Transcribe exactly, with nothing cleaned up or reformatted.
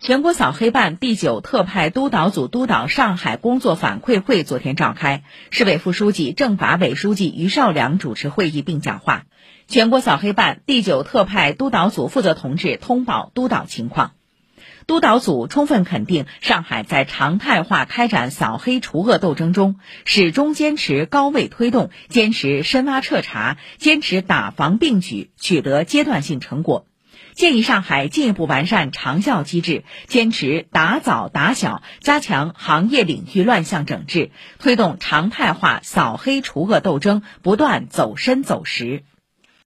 全国扫黑办第九特派督导组督导上海工作反馈会昨天召开，市委副书记、政法委书记于绍良主持会议并讲话。全国扫黑办第九特派督导组负责同志通报督导情况。督导组充分肯定上海在常态化开展扫黑除恶斗争中，始终坚持高位推动，坚持深挖彻查，坚持打防并举，取得阶段性成果。建议上海进一步完善长效机制，坚持打早打小，加强行业领域乱象整治，推动常态化扫黑除恶斗争不断走深走实。